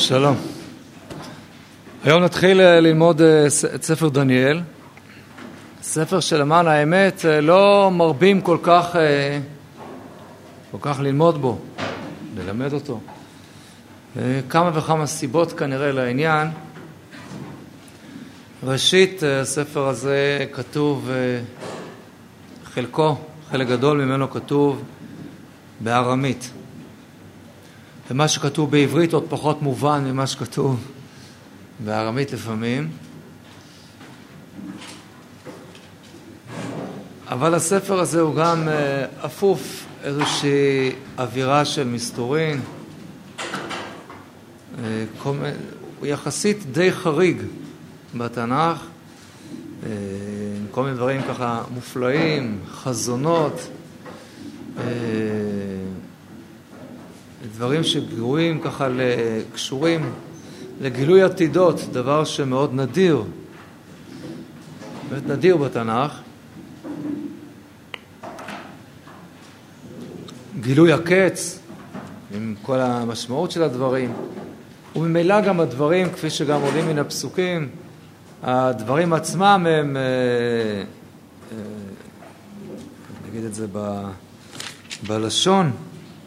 שלום. היום נתחיל ללמוד את ספר דניאל. ספר שלמען האמת לא מרבים כל כך ללמוד בו, ללמד אותו. כמה וכמה סיבות כנראה לעניין. ראשית, הספר הזה כתוב, חלק גדול ממנו כתוב בארמית. ומה שכתוב בעברית עוד פחות מובן ממה שכתוב בארמית לפעמים. אבל הספר הזה הוא גם אפוף איזושהי אווירה של מסתורין. הוא יחסית די חריג בתנ"ך. כל מיני דברים ככה מופלאים, חזונות, דברים שגרועים ככה קשורים לגילוי עתידות, דבר שמאוד נדיר, באמת נדיר בתנ"ך. גילוי הקץ, עם כל המשמעות של הדברים, וממילא גם הדברים, כפי שגם עולים מן הפסוקים, הדברים עצמם הם, נגיד את זה בלשון,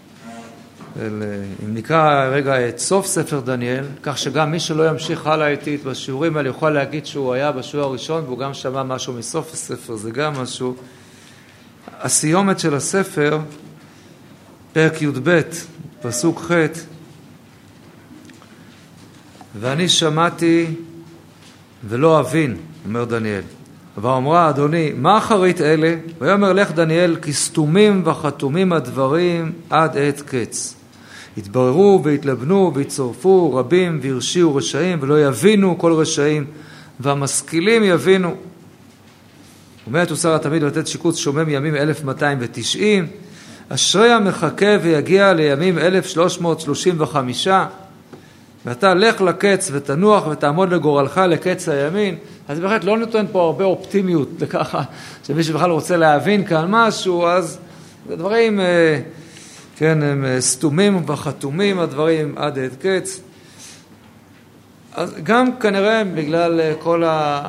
אם נקרא רגע את סוף ספר דניאל, כך שגם מי שלא ימשיך הלאה איתי בשיעורים האלה יוכל להגיד שהוא היה בשיעור הראשון והוא גם שמע משהו מסוף הספר, זה גם משהו. הסיומת של הספר, פרק י"ב, פסוק ח': ואני שמעתי ולא אבין, אומר דניאל. ואמרה, אדוני, מה אחרית אלה? ויאמר לך דניאל, כי סתומים וחתומים הדברים עד עת קץ. התבררו והתלבנו והצורפו רבים והרשיעו רשעים, ולא יבינו כל רשעים, והמשכילים יבינו. ומת וסר התמיד לתת שיקוץ שומם ימים 1290, אשרי המחכה ויגיע לימים 1335, ואתה לך לקץ ותנוח ותעמוד לגורלך לקץ הימין. אז בהחלט לא נותן פה הרבה אופטימיות לככה, שמי שבכלל רוצה להבין כאן משהו, אז הדברים, כן, הם סתומים וחתומים, הדברים עד עת קץ. אז גם כנראה בגלל כל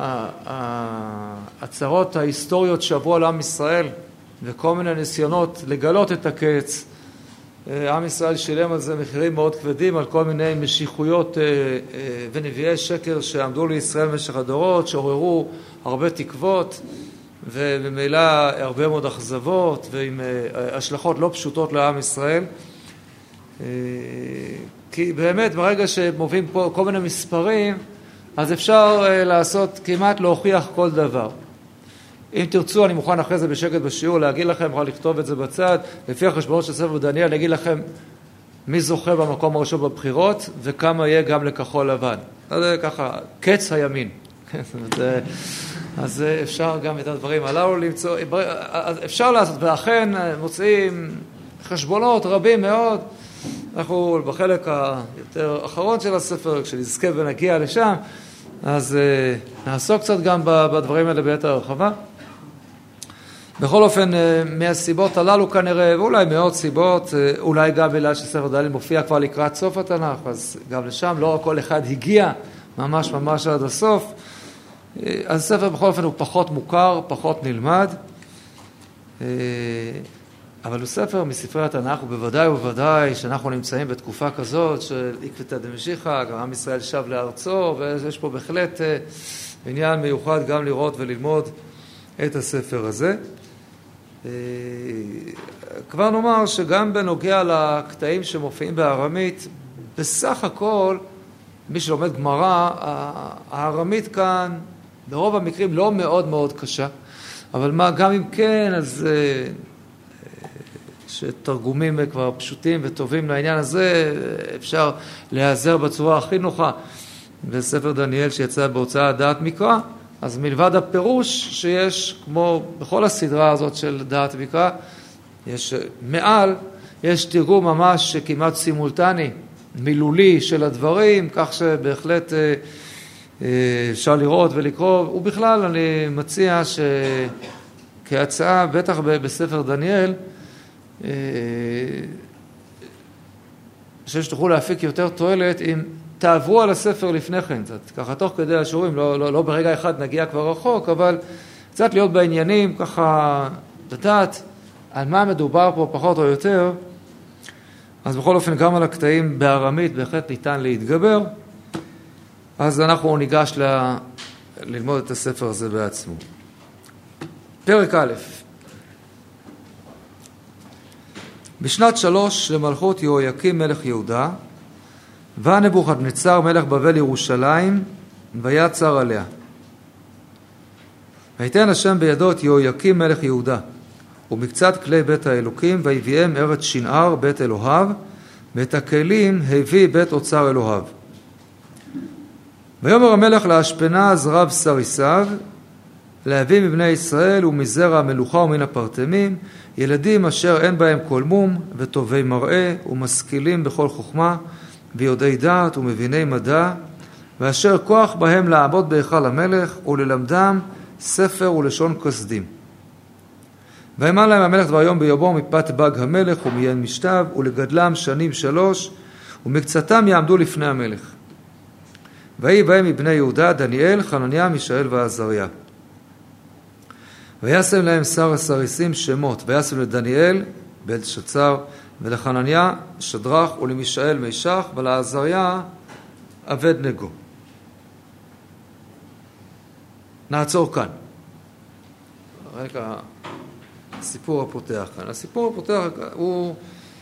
הצרות ההיסטוריות שעברו על עם ישראל, וכל מיני ניסיונות לגלות את הקץ, עם ישראל שילם על זה מחירים מאוד כבדים, על כל מיני משיחויות ונביאי שקר שעמדו לישראל במשך הדורות, שעוררו הרבה תקוות וממילא הרבה מאוד אכזבות ועם השלכות לא פשוטות לעם ישראל. כי באמת ברגע שמובילים פה כל מיני מספרים, אז אפשר לעשות, כמעט להוכיח כל דבר. אם תרצו, אני מוכן אחרי זה בשקט בשיעור להגיד לכם, יכול לכתוב את זה בצד, לפי החשבונות של ספר דניאל, להגיד לכם מי זוכה במקום הראשון בבחירות, וכמה יהיה גם לכחול לבן. זה ככה, קץ הימין. אז אפשר גם את הדברים הללו למצוא, אפשר לעשות, ואכן מוצאים חשבונות רבים מאוד. אנחנו בחלק היותר אחרון של הספר, כשנזכה ונגיע לשם, אז נעסוק קצת גם בדברים האלה ביתר הרחבה. בכל אופן, מהסיבות הללו כנראה, ואולי מאות סיבות, אולי גם בגלל שספר דניאל מופיע כבר לקראת סוף התנ"ך, אז גם לשם לא כל אחד הגיע ממש עד הסוף. אז הספר בכל אופן הוא פחות מוכר, פחות נלמד, אבל הוא ספר מספרי התנ"ך, ובוודאי שאנחנו נמצאים בתקופה כזאת של עקבתא דמשיחא, גם עם ישראל שב לארצו, ויש פה בהחלט עניין מיוחד גם לראות וללמוד את הספר הזה. כבר נאמר שגם בנוגע לקטעים שמופיעים בארמית, בסך הכל, מי שלומד גמרא, הארמית כאן ברוב המקרים לא מאוד מאוד קשה, אבל מה, גם אם כן, אז שתרגומים כבר פשוטים וטובים לעניין הזה, אפשר להיעזר בצורה הכי נוחה בספר דניאל שיצא בהוצאה דעת מקרא. אז מלבד הפירוש שיש, כמו בכל הסדרה הזאת של דעת מקרא, יש מעל, יש תרגום ממש כמעט סימולטני, מילולי של הדברים, כך שבהחלט אפשר לראות ולקרוא. ובכלל אני מציע שכהצעה, בטח בספר דניאל, שתוכלו להפיק יותר תועלת אם תעברו על הספר לפני כן, ככה תוך כדי השיעורים, לא ברגע אחד נגיע כבר רחוק, אבל קצת להיות בעניינים, ככה לדעת על מה מדובר פה פחות או יותר, אז בכל אופן גם על הקטעים בארמית בהחלט ניתן להתגבר, אז אנחנו ניגש ללמוד את הספר הזה בעצמו. פרק א'. בשנת 3 למלכות יהויקים מלך יהודה, בא נבוכדנצר מלך בבל ירושלים, ויצר עליה. ויתן השם בידו את יהויקים מלך יהודה, ומקצת כלי בית האלוקים, ויביאם ארץ שנער בית אלוהיו, ואת הכלים הביא בית אוצר אלוהיו. ויאמר המלך לאשפנז רב סריסיו, להביא מבני ישראל ומזרע המלוכה ומן הפרטמים, ילדים אשר אין בהם כל מום, וטובי מראה, ומשכילים בכל חוכמה, ויודעי דעת ומביני מדע, ואשר כוח בהם לעמוד בהיכל המלך, וללמדם ספר ולשון כסדים. ויאמר להם המלך דבר יום ביומו מפת בג המלך ומיין משתב, ולגדלם שנים 3, ומקצתם יעמדו לפני המלך. ויהי בהם מבני יהודה דניאל, חנניה, מישאל ועזריה. וישם להם שר הסריסים שמות, וישם לדניאל בלתשצר, ולחנניה שדרך, ולמישאל מישך, ולעזריה אבדנגו. נעצור כאן. רגע, הסיפור הפותח כאן. הסיפור הפותח הוא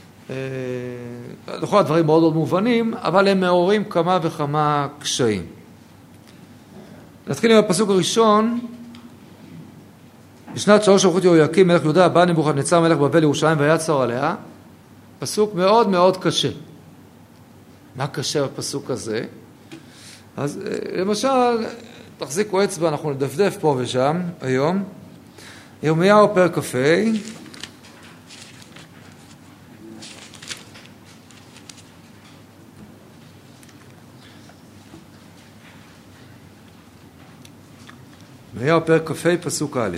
לכל הדברים מאוד מאוד מובנים, אבל הם מעוררים כמה וכמה קשיים. נתחיל עם הפסוק הראשון. בשנת 3 למלכות יהויקים מלך יהודה, בא נבוכדנצר מלך בבל ירושלים ויצר עליה. פסוק מאוד מאוד קשה. מה קשה בפסוק הזה? אז למשל, תחזיקו אצבע, אנחנו נדפדף פה ושם היום. ירמיהו פרק כ"ה. ירמיהו פרק כ"ה פסוק א'.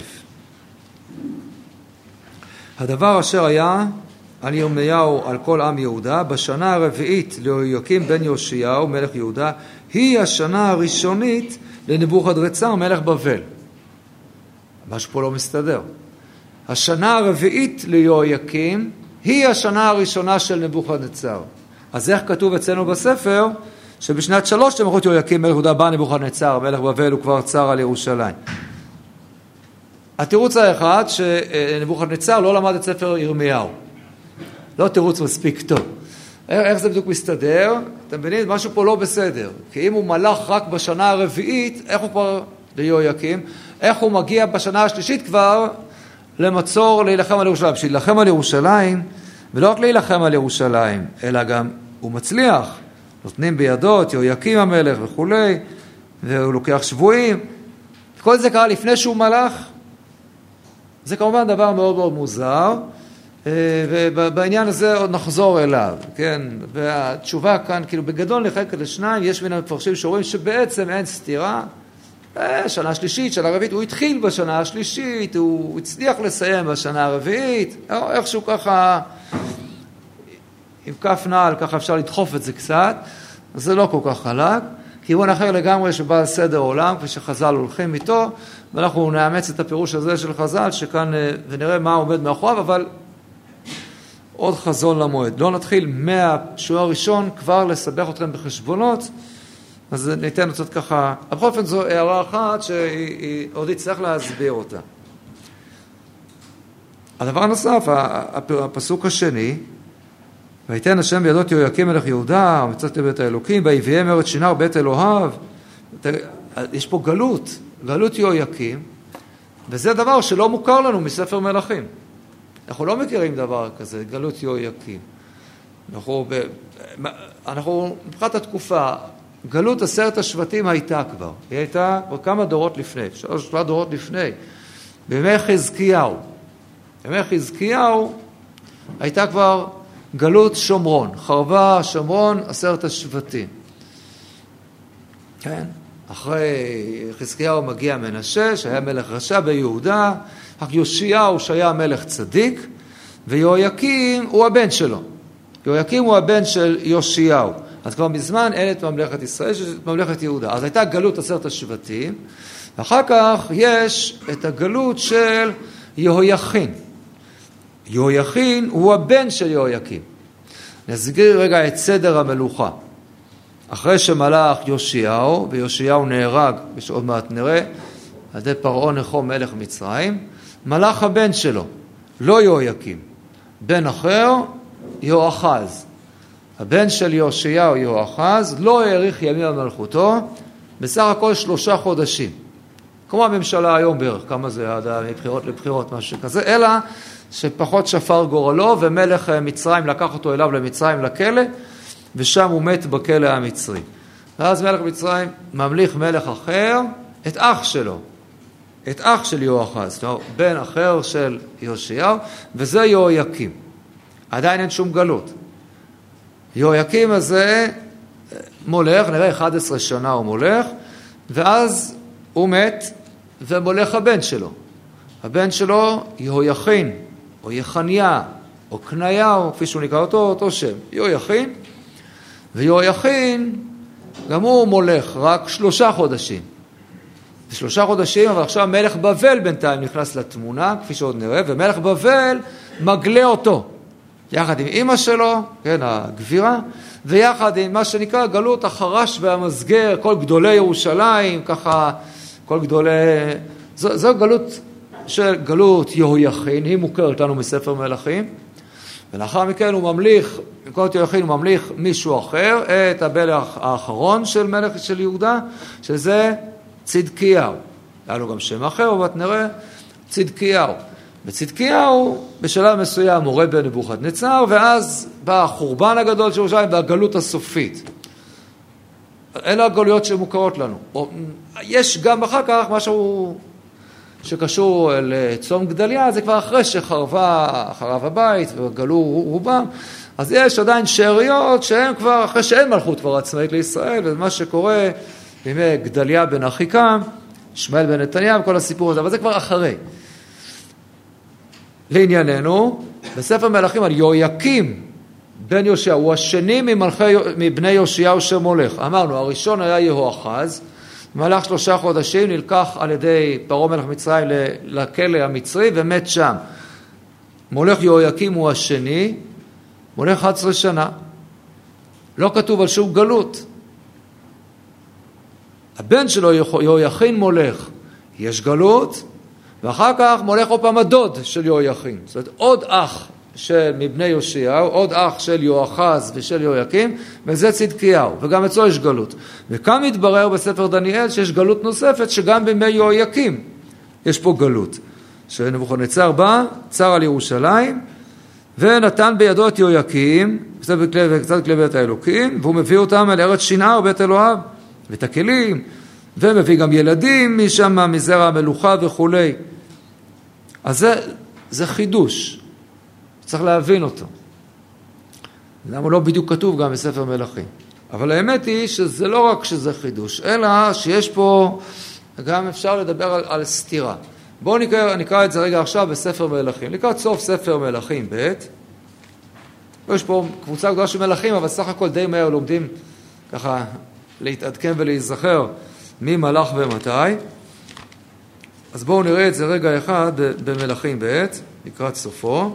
הדבר אשר היה על ירמיהו על כל עם יהודה בשנה הרביעית ליהויקים בן יאשיהו מלך יהודה, היא השנה הראשונית לנבוכדנצר מלך בבל. משהו פה לא מסתדר. השנה הרביעית ליהויקים היא השנה הראשונה של נבוכדנצר. אז איך כתוב אצלנו בספר שבשנת 3 למלכות יהויקים מלך יהודה בא נבוכדנצר מלך בבל הוא כבר צר על ירושלים? התירוץ האחד שנבוכדנצר לא למד את ספר ירמיהו. לא תירוץ מספיק טוב. איך זה בדיוק מסתדר? אתם מבינים? משהו פה לא בסדר. כי אם הוא מלך רק בשנה הרביעית, איך הוא כבר ליהויקים? איך הוא מגיע בשנה השלישית כבר למצור להילחם על ירושלים? להילחם על ירושלים, ולא רק להילחם על ירושלים, אלא גם הוא מצליח. נותנים בידו את יהויקים המלך וכו', והוא לוקח שבויים. כל זה קרה לפני שהוא מלך. זה כמובן דבר מאוד מאוד מוזר, ובעניין הזה עוד נחזור אליו, כן? והתשובה כאן, כאילו בגדול נחלקת לשניים, יש מן המפרשים שאומרים שבעצם אין סתירה, שנה שלישית, שנה רביעית, הוא התחיל בשנה השלישית, הוא הצליח לסיים בשנה הרביעית, איכשהו ככה, עם כף נעל, ככה אפשר לדחוף את זה קצת, אז זה לא כל כך חלק, כיוון אחר לגמרי שבא על סדר עולם, כפי שחז"ל הולכים איתו, ואנחנו נאמץ את הפירוש הזה של חז"ל, שכאן ונראה מה עומד מאחוריו, אבל עוד חזון למועד. לא נתחיל מהשיעור הראשון כבר לסבך אתכם בחשבונות, אז ניתן קצת ככה, בכל אופן זו הערה אחת שעוד יצטרך להסביר אותה. הדבר הנוסף, הפסוק השני, ויתן השם בידו את יהויקים מלך יהודה, ומצאת לבית האלוקים, ויביאם ארץ שנער בית אלוהיו. יש פה גלות יהויקים, וזה דבר שלא מוכר לנו מספר מלכים. אנחנו לא מכירים דבר כזה, גלות יהויקים. אנחנו מבחינת התקופה, גלות 10 השבטים הייתה כבר. היא הייתה כמה דורות לפני, 3 דורות לפני, בימי חזקיהו. בימי חזקיהו הייתה כבר גלות שומרון, חרבה שומרון 10 השבטים. כן? אחרי חזקיהו מגיע מנשה, שהיה מלך רשע ביהודה, אך יאשיהו שהיה מלך צדיק, ויהויקים הוא הבן שלו. יהויקים הוא הבן של יאשיהו. אז כבר מזמן אין את ממלכת ישראל, יש את ממלכת יהודה. אז הייתה גלות 10 השבטים, ואחר כך יש את הגלות של יהויכין. יהויכין הוא הבן של יהויקים. נסגיר רגע את סדר המלוכה. אחרי שמלך יאשיהו, ויאשיהו נהרג, ושעוד מעט נראה, על ידי פרעה נכו מלך מצרים, מלך הבן שלו, לא יהויקים. בן אחר, יהואחז. הבן של יאשיהו, יהואחז, לא האריך ימים על מלכותו, בסך הכל 3 חודשים. כמו הממשלה היום בערך, כמה זה עד מבחירות לבחירות, משהו כזה, אלא שפחות שפר גורלו, ומלך מצרים לקח אותו אליו למצרים לכלא, ושם הוא מת בכלא המצרי. ואז מלך מצרים ממליך מלך אחר, את אח שלו, את אח של יהואחז, זאת אומרת, בן אחר של יאשיהו, וזה יהויקים. עדיין אין שום גלות. יהויקים הזה מולך, נראה 11 שנה הוא מולך, ואז הוא מת, ומולך הבן שלו. הבן שלו יהויכין, או יחניה, או קניהו, כפי שהוא נקרא אותו שם, יהויכין, ויהויכין, גם הוא מולך רק 3 חודשים. 3 חודשים, אבל עכשיו מלך בבל בינתיים נכנס לתמונה, כפי שעוד נראה, ומלך בבל מגלה אותו, יחד עם אמא שלו, כן, הגבירה, ויחד עם מה שנקרא גלות החרש והמסגר, כל גדולי ירושלים, ככה, כל גדולי... זו גלות של גלות יהויכין, היא מוכרת לנו מספר מלכים, ולאחר מכן הוא ממליך, גלות יהויכין הוא ממליך מישהו אחר, את המלך האחרון של מלך של יהודה, שזה צדקיהו. היה לו גם שם אחר, אבל נראה צדקיהו. וצדקיהו בשלב מסוים מורה בנבוכדנצר, ואז בא החורבן הגדול של ירושלים והגלות הסופית. אלה הגלויות שמוכרות לנו. יש גם אחר כך משהו שקשור לצום גדליה, זה כבר אחרי שחרב הבית וגלו רובם, אז יש עדיין שאריות שהם כבר, אחרי שאין מלכות כבר עצמאית לישראל, ומה שקורה בימי גדליה בן אחיקם, שמואל בן נתניה וכל הסיפור הזה, אבל זה כבר אחרי. לענייננו, בספר מלכים על יהויקים בן יאשיהו, הוא השני מבני יאשיהו שמולך. אמרנו, הראשון היה יהואחז, במהלך 3 חודשים נלקח על ידי פרעה מלך מצרים לכלא המצרי ומת שם. מולך יהויקים הוא השני, מולך 11 שנה. לא כתוב על שום גלות. הבן שלו יהויכין מולך, יש גלות, ואחר כך מולך עוד פעם הדוד של יהויכין. זאת אומרת, עוד אח מבני יאשיהו, עוד אח של יהואחז ושל יהויקים, וזה צדקיהו, וגם אצלו יש גלות. וכאן מתברר בספר דניאל שיש גלות נוספת, שגם בימי יהויקים יש פה גלות. שנבוכדנצר בא, צר על ירושלים, ונתן בידו את יהויקים, קצת בכלי בית האלוקים, והוא מביא אותם אל ארץ שנער בית אלוהיו, ואת הכלים, ומביא גם ילדים משם, מזרע המלוכה וכו'. אז זה חידוש. צריך להבין אותו. למה לא בדיוק כתוב גם בספר מלכים. אבל האמת היא שזה לא רק שזה חידוש, אלא שיש פה, גם אפשר לדבר על סתירה. בואו נקרא את זה רגע עכשיו בספר מלכים. לקראת סוף ספר מלכים ב'. יש פה קבוצה גדולה של מלכים, אבל סך הכל די מהר לומדים ככה להתעדכן ולהיזכר מי מלך ומתי. אז בואו נראה את זה רגע אחד במלכים ב', לקראת סופו.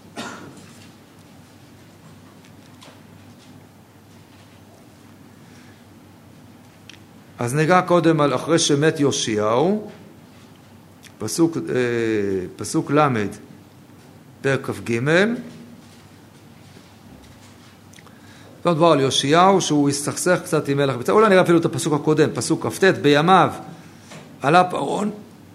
אז ניגע קודם על אחרי שמת יאשיהו, פסוק למד, פרק כ"ג. כבר דבר על יאשיהו שהוא הסתכסך קצת עם מלך מצרים. אולי נראה אפילו את הפסוק הקודם, פסוק כ"ט, בימיו עלה פרעון,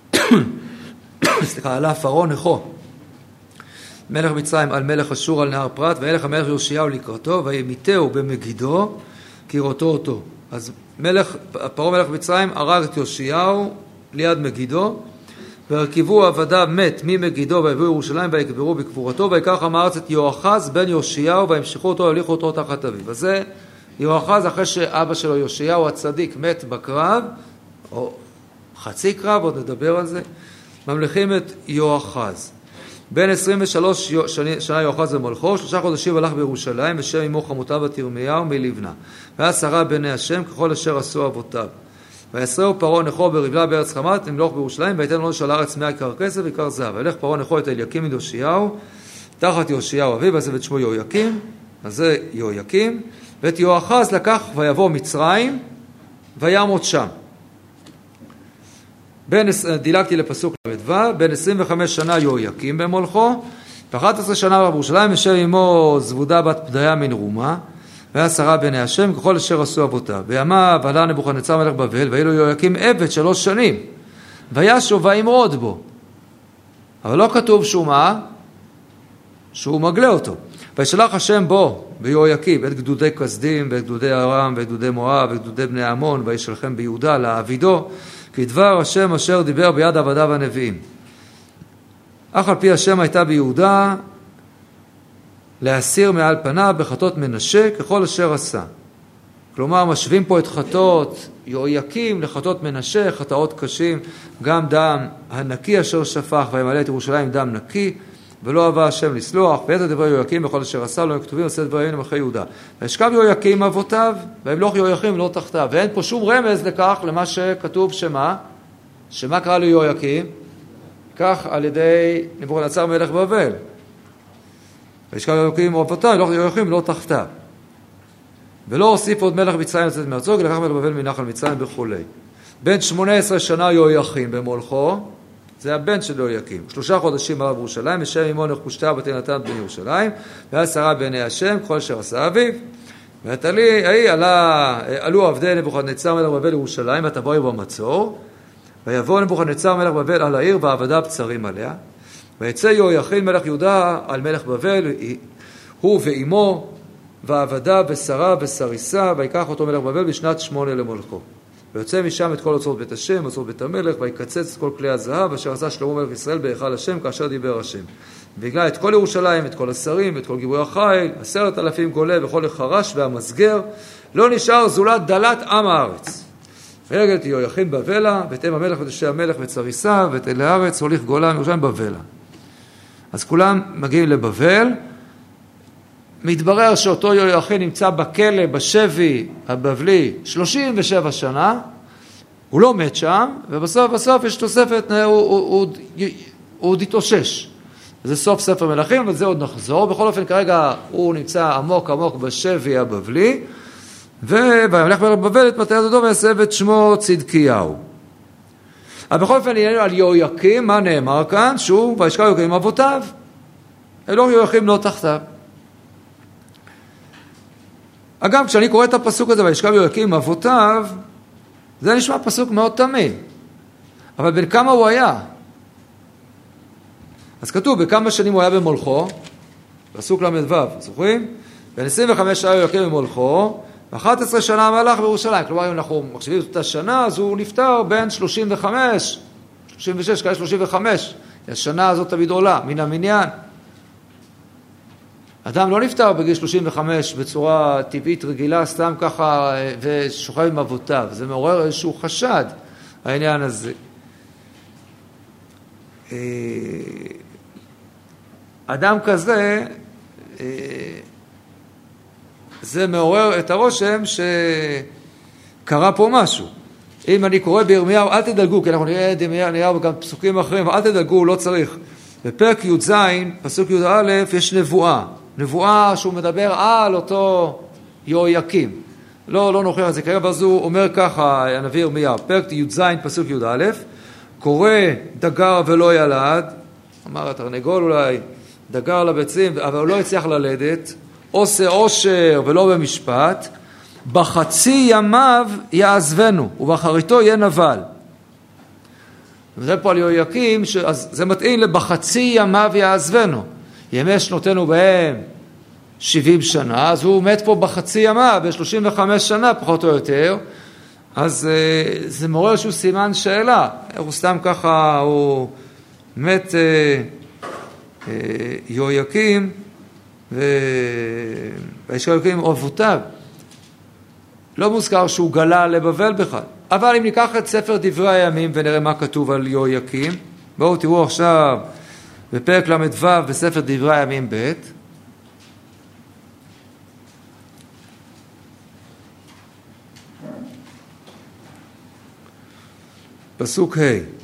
עלה פרעון נכו, מלך מצרים על מלך אשור על נהר פרת, וילך המלך יאשיהו לקראתו, וימיתהו במגידו, כי ראותו אותו. אז פרעה מלך מצרים הרג את יאשיהו ליד מגידו, והרכיבו עבדיו מת ממגידו, והביאו ירושלים ויקברו בקבורתו, ויקח עם הארץ את יהואחז בן יאשיהו, והמשיכו אותו והוליכו אותו תחת אביו. אז זה יהואחז אחרי שאבא שלו יאשיהו הצדיק מת בקרב, או חצי קרב, עוד נדבר על זה, ממליכים את יהואחז. בין 23 שנה יואחז במלכו, 3 חודשים הלך בירושלים, ושם עמו חמותה בת ירמיהו מלבנה. והיה שרה בעיני השם ככל אשר עשו אבותיו. ויסרהו פרעה נכו ברבלה בארץ חמת, למלוך בירושלים, ויתן לו על הארץ 100 כיכר כסף וכיכר זהב. וילך פרעה נכו את אליקים בן יאשיהו, תחת יאשיהו אביו, ויעזב את שמו יהויקים, אז זה יהויקים, ואת יואחז לקח ויבוא מצרים, וימות שם. דילגתי לפסוק ל"ו, בין 25 שנה יהויקים במולכו, ו11 שנה בירושלים, ישב עמו זבודה בת פדיה מן רומה, והיה שרה בעיני השם ככל אשר עשו אבותיו. בימיו עלה נבוכדנצר מלך בבל, והיה לו יהויקים עבד 3 שנים, וישוב וימרוד בו. אבל לא כתוב שהוא מה? שהוא מגלה אותו. וישלח השם בו ביהויקים את גדודי כסדים ואת גדודי ארם ואת גדודי מואב ואת גדודי בני עמון, וישלחם ביהודה להעבידו, כי דבר השם אשר דיבר ביד עבדיו הנביאים. אך על פי השם הייתה ביהודה להסיר מעל פניו בחטות מנשה ככל אשר עשה. כלומר, משווים פה את חטאות יהויקים לחטאות מנשה, חטאות קשים, גם דם הנקי אשר שפך וימלא את ירושלים דם נקי, ולא אהבה השם לסלוח, ואת דברי יהויקים בכל אשר עשה, לא כתובים עשה דברי ימים אחרי יהודה. וישכב יהויקים אבותיו, וימלוך יהויקים לא תחתיו. ואין פה שום רמז לכך, למה שכתוב שמה קרא ליהויקים? כך על ידי נבוכדנצר מלך בבל. וישכב יהויקים אבותיו, וימלוך יהויקים לא תחתיו. ולא הוסיף עוד מלך מצרים לצאת מארצו, כי לקח מלך בבל מנחל מצרים וכו'. בין 18 שנה יהויקים במולכו, זה הבן של יהויקים. 3 חודשים עלה בירושלים, ישב עמו נחושתיה בת יונתן בן ירושלים, והיה שרה בעיני השם ככל אשר עשה אביו. עלו עבדי נבוכדנצר מלך בבל לירושלים, ותבואו במצור, ויבוא נבוכדנצר מלך בבל על העיר, ועבדיו צרים עליה. ויצא יהויכין מלך יהודה על מלך בבל, הוא ואימו, ועבדיו ושרה וסריסה, ויקח אותו מלך בבל בשנת 8 למולכו. ויוצא משם את כל אוצרות בית השם, אוצרות בית המלך, ויקצץ את כל כלי הזהב, אשר עשה שלמה מלך ישראל בהיכל השם, כאשר דיבר השם. והגלה את כל ירושלים, את כל השרים, את כל גיבורי החיל, 10,000 גולה וכל החרש והמסגר, לא נשאר זולת דלת עם הארץ. ויגל את יהויכין בבלה, ואת אם המלך ואת אנשי המלך וצריסה, ואת אלי הארץ הוליך גולה מירושלים בבלה. אז כולם מגיעים לבבל, מתברר שאותו יהויכין נמצא בכלא, בשבי הבבלי, 37 שנה, הוא לא מת שם, ובסוף יש תוספת, הוא עוד התאושש. זה סוף ספר מלכים, אבל זה עוד נחזור. בכל אופן, כרגע הוא נמצא עמוק עמוק בשבי הבבלי, וימלך מלך בבל את מטה ידו ויסב את שמו צדקיהו. אבל בכל אופן, עניינו על יהויקים, מה נאמר כאן? שהוא, וישכב יהויקים אבותיו, אלוה יהויקים לא תחתיו. אגב, כשאני קורא את הפסוק הזה, וישכב יהויקים אבותיו, זה נשמע פסוק מאוד תמים. אבל בין כמה הוא היה? אז כתוב, בכמה שנים הוא היה במולכו, פסוק ל"ו, זוכרים? בין 25 שנה יהויקים במולכו, ו11 שנה מלך בירושלים. כלומר, אם אנחנו מחשבים את השנה, אז הוא נפטר בין 35, 36, כאלה 35. השנה הזאת תמיד עולה, מן המניין. אדם לא נפטר בגיל 35 בצורה טבעית רגילה, סתם ככה, ושוכב עם אבותיו. זה מעורר איזשהו חשד, העניין הזה. אדם כזה, זה מעורר את הרושם שקרה פה משהו. אם אני קורא בירמיהו, אל תדלגו, כי אנחנו נראה ירמיהו וגם פסוקים אחרים, אל תדלגו, לא צריך. בפרק י"ז, פסוק י"א, יש נבואה. נבואה שהוא מדבר על אותו יהויקים. לא נוכח את זה כרגע, אז הוא אומר ככה, הנביא ירמיהו, פרק י"ז, פסוק י"א, קורא דגר ולא ילד, אמר התרנגול אולי, דגר לביצים, אבל הוא לא הצליח ללדת, עושה עושר ולא במשפט, בחצי ימיו יעזבנו, ובאחריתו יהיה נבל. וזה פה על יהויקים, אז זה מתאים לבחצי ימיו יעזבנו. ימי שנותינו בהם 70 שנה, אז הוא מת פה בחצי ימיו, ב-35 שנה פחות או יותר, אז זה מעורר איזשהו סימן שאלה. הוא סתם ככה, הוא מת יהויקים, וישכב יהויקים אבותיו. לא מוזכר שהוא גלה לבבל בכלל. אבל אם ניקח את ספר דברי הימים ונראה מה כתוב על יהויקים, בואו תראו עכשיו בפרק ל"ו בספר דברי הימים ב', פסוק ה':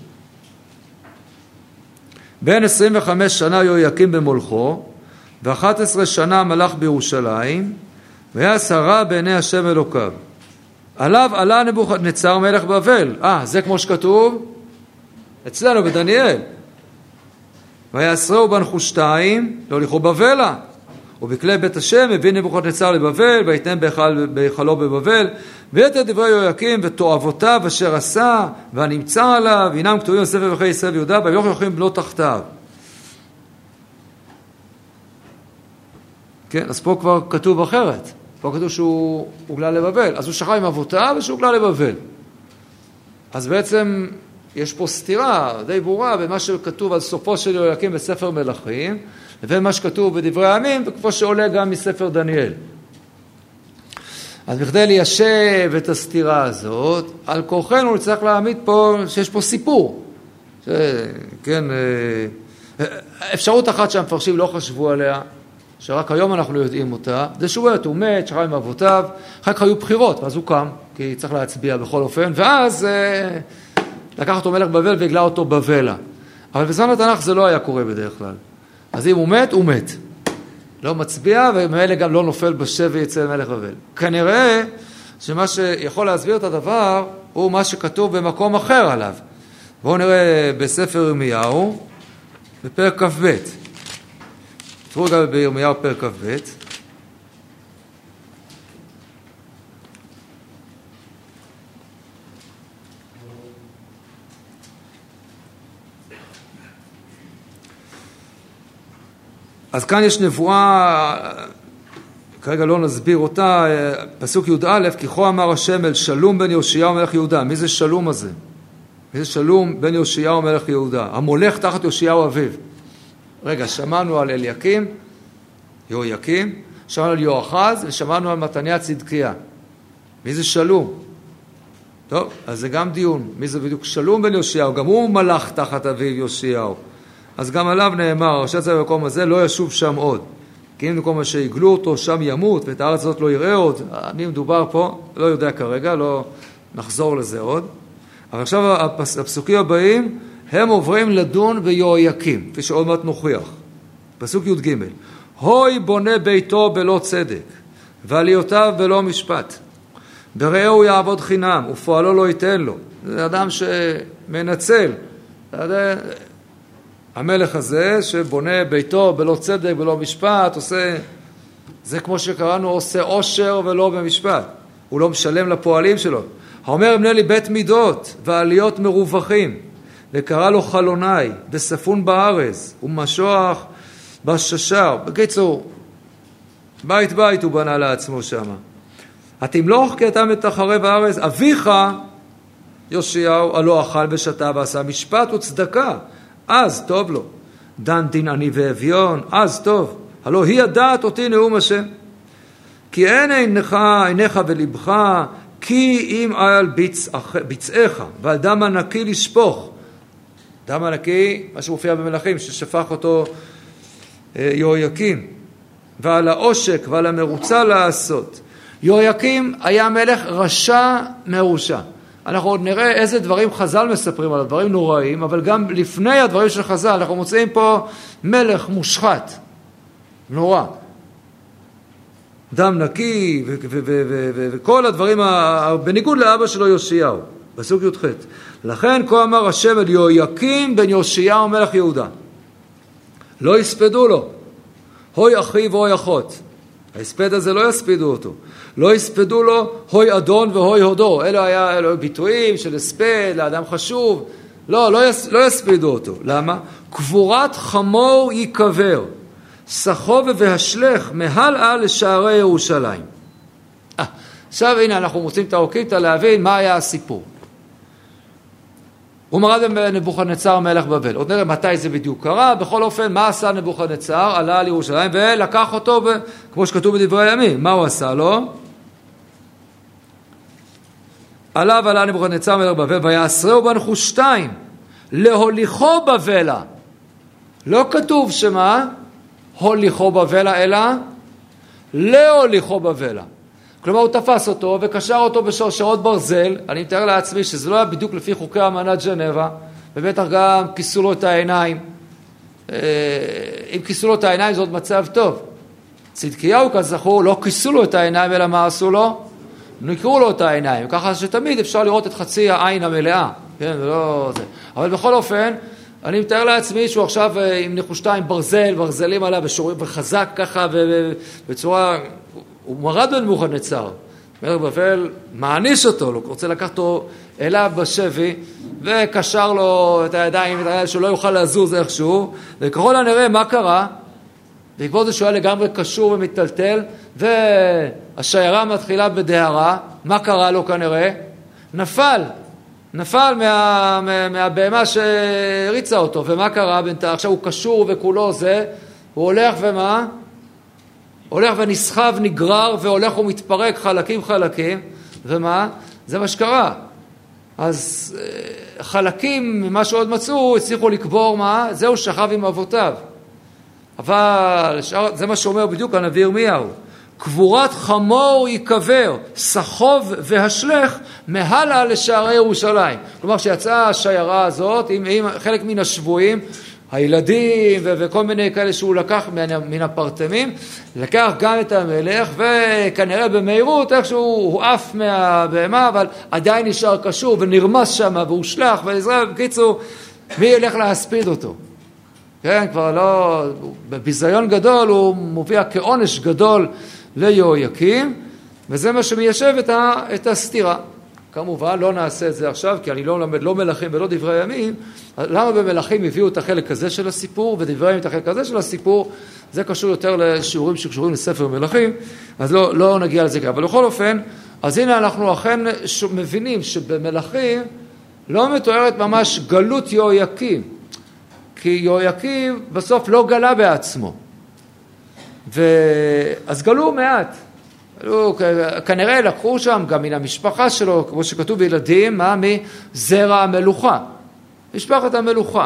בן 25 שנה יהויקים במולכו, ו11 שנה מלך בירושלים, והיה שרה בעיני השם אלוקיו. עליו עלה נבוכדנצר מלך בבל. זה כמו שכתוב אצלנו בדניאל. ויעשרהו בנחושתיים להוליכו בבלה, ובכלי בית השם הביא נבוכדנצר לבבל, ויתנם בהיכלו בבבל, ויתר דברי יהויקים ותועבותיו אשר עשה והנמצא עליו, הינם כתובים בספר מלכי ישראל ויהודה, ויוכלו יוכלים בנו תחתיו. כן, אז פה כבר כתוב אחרת. פה כתוב שהוא הוגלה לבבל. אז הוא שכב עם אבותיו ושהוגלה לבבל. אז בעצם יש פה סתירה די ברורה בין מה שכתוב על סופו של יהויקים בספר מלכים, לבין מה שכתוב בדברי הימים, וכמו שעולה גם מספר דניאל. אז בכדי ליישב את הסתירה הזאת, על כורחנו נצטרך להעמיד פה שיש פה סיפור. כן, אפשרות אחת שהמפרשים לא חשבו עליה, שרק היום אנחנו לא יודעים אותה, זה שהוא מת, שכב עם אבותיו, אחר כך היו בחירות, ואז הוא קם, כי צריך להצביע בכל אופן, ואז לקח אותו מלך בבל והגלה אותו בבלה. אבל בזמן התנ"ך זה לא היה קורה בדרך כלל. אז אם הוא מת, הוא מת. לא מצביע, ומאלה גם לא נופל בשבי אצל מלך בבל. כנראה שמה שיכול להסביר את הדבר, הוא מה שכתוב במקום אחר עליו. בואו נראה בספר ירמיהו, בפרק כ"ב. תראו גם בירמיהו פרק כ"ב. אז כאן יש נבואה, כרגע לא נסביר אותה, פסוק י"א, כי כה אמר השם אל שלום בן יאשיהו מלך יהודה. מי זה שלום הזה? מי זה שלום בן יאשיהו מלך יהודה? המולך תחת יאשיהו אביו. רגע, שמענו על אליקים, יהויקים, שמענו על יהואחז, ושמענו על מתניה צדקיה. מי זה שלום? טוב, אז זה גם דיון. מי זה בדיוק שלום בן יאשיהו? גם הוא מלך תחת אביו יאשיהו. אז גם עליו נאמר, ראשי צבא במקום הזה לא ישוב שם עוד. כי אם במקום אשר יגלו אותו, שם ימות, ואת הארץ הזאת לא יראה עוד. אני מדובר פה, לא יודע כרגע, לא נחזור לזה עוד. אבל עכשיו הפסוקים הבאים, הם עוברים לדון ביהויקים, כפי שעוד מעט נוכיח. פסוק י"ג: הוי בונה ביתו בלא צדק, ועליותיו בלא משפט. ברעהו יעבוד חינם, ופועלו לא ייתן לו. זה אדם שמנצל. המלך הזה שבונה ביתו בלא צדק, בלא משפט, עושה, זה כמו שקראנו, עושה עושר ולא במשפט. הוא לא משלם לפועלים שלו. האומר אמנה לי בית מידות ועליות מרווחים, וקרא לו חלוני, בספון בארץ, ומשוח בששר. בקיצור, בית בית הוא בנה לעצמו שם. התמלוך כי אתה מתחרב הארץ, אביך יאשיהו הלא אכל ושתה ועשה משפט וצדקה, אז טוב לו. דן דין עני ואביון, אז טוב. הלא היא הדעת אותי נאום השם. כי אין עיניך ולבך, כי אם על ביצעך, ועל דם הנקי לשפוך. דם הנקי, מה שמופיע במלכים, ששפך אותו יהויקים. ועל העושק ועל המרוצה לעשות. יהויקים היה מלך רשע מרושע. אנחנו עוד נראה איזה דברים חז"ל מספרים על הדברים נוראים, אבל גם לפני הדברים של חז"ל אנחנו מוצאים פה מלך מושחת, נורא. דם נקי וכל הדברים בניגוד לאבא שלו יאשיהו, פסוק י"ח. לכן כה אמר השם אל יהויקים בן יאשיהו מלך יהודה, לא יספדו לו, הוי אחי והוי אחות. ההספד הזה לא יספידו אותו. לא יספדו לו הוי אדון והוי הודו. אלו ביטויים של הספד לאדם חשוב. לא יספידו אותו. למה? קבורת חמור יקבר, סחוב והשלך מהלאה לשערי ירושלים. עכשיו הנה אנחנו מוצאים את האוקיטה להבין מה היה הסיפור. הוא מרד בנבוכדנצר מלך בבל. עוד נראה מתי זה בדיוק קרה. בכל אופן, מה עשה נבוכדנצר? עלה על ירושלים ולקח אותו, כמו שכתוב בדברי הימים. מה הוא עשה לו? עלה נבוכדנצר מלך בבל, ויעשרהו בנחושתיים להוליכו בבלה. לא כתוב שמה? הוליכו בבלה, אלא להוליכו בבלה. כלומר, הוא תפס אותו וקשר אותו בשרשרות ברזל. אני מתאר לעצמי שזה לא היה בדיוק לפי חוקי אמנת ז'נבה, ובטח גם כיסו לו את העיניים. אם כיסו לו את העיניים זה עוד מצב טוב. צדקיהו כזכור לא כיסו לו את העיניים, אלא מה עשו לו? נקרו לו את העיניים, ככה שתמיד אפשר לראות את חצי העין המלאה. כן, לא זה. אבל בכל אופן, אני מתאר לעצמי שהוא עכשיו עם נחושתיים ברזלים עליו וחזק ככה בצורה, הוא מרד בנבוכדנצר. מלך בבל מעניש אותו, הוא רוצה לקחת אותו אליו בשבי וקשר לו את הידיים שלא יוכל לזוז איכשהו, וככל הנראה מה קרה? בעקבות זה שהוא היה לגמרי קשור ומטלטל, והשיירה מתחילה בדהרה. מה קרה לו כנראה? נפל מהבהמה שהריצה אותו. ומה קרה? עכשיו הוא קשור וכולו זה, הוא הולך ומה? הולך ונסחב, נגרר, והולך ומתפרק חלקים, ומה? זה מה שקרה. אז חלקים ממה שעוד מצאו, הצליחו לקבור מה? זהו, שכב עם אבותיו. אבל זה מה שאומר בדיוק הנביא ירמיהו. קבורת חמור יקבר, סחוב והשלך מהלה לשערי ירושלים. כלומר, שיצאה השיירה הזאת עם חלק מן השבויים, הילדים וכל מיני כאלה שהוא לקח מן הפרטמים, לקח גם את המלך, וכנראה במהירות איכשהו הוא עף מהבהמה, אבל עדיין נשאר קשור ונרמס שם והוא שלח ועזרה. בקיצור, מי ילך להספיד אותו? כן, כבר לא, בביזיון גדול הוא מופיע כעונש גדול ליהויקים, וזה מה שמיישב את הסתירה. כמובן לא נעשה את זה עכשיו, כי אני לא למד לא מלכים ולא דברי ימים. למה במלכים הביאו את החלק הזה של הסיפור, ודברי ימים את החלק הזה של הסיפור? זה קשור יותר לשיעורים שקשורים לספר מלכים, אז לא נגיע לזה. אבל בכל אופן, אז הנה אנחנו אכן מבינים שבמלכים לא מתוארת ממש גלות יהויקים, כי יהויקים בסוף לא גלה בעצמו. אז גלו מעט. כנראה לקחו שם גם מן המשפחה שלו, כמו שכתוב בילדים, מזרע המלוכה. משפחת המלוכה.